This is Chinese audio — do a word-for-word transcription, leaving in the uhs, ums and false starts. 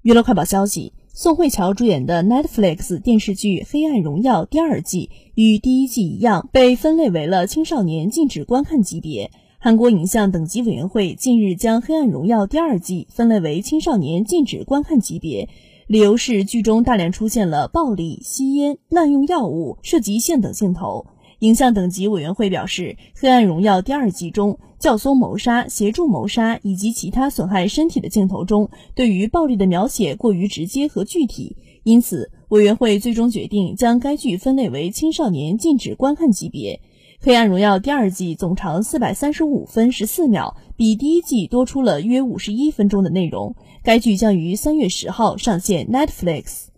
娱乐快报消息，宋慧乔主演的 Netflix 电视剧《黑暗荣耀》第二季与第一季一样，被分类为了青少年禁止观看级别。韩国影像等级委员会近日将《黑暗荣耀》第二季分类为青少年禁止观看级别，理由是剧中大量出现了暴力、吸烟、滥用药物、涉及性等镜头。影像等级委员会表示，《黑暗荣耀》第二季中教唆谋杀、协助谋杀以及其他损害身体的镜头中，对于暴力的描写过于直接和具体，因此委员会最终决定将该剧分类为青少年禁止观看级别。《黑暗荣耀》第二季总长四百三十五分十四秒，比第一季多出了约五十一分钟的内容。该剧将于三月十号上线 Netflix。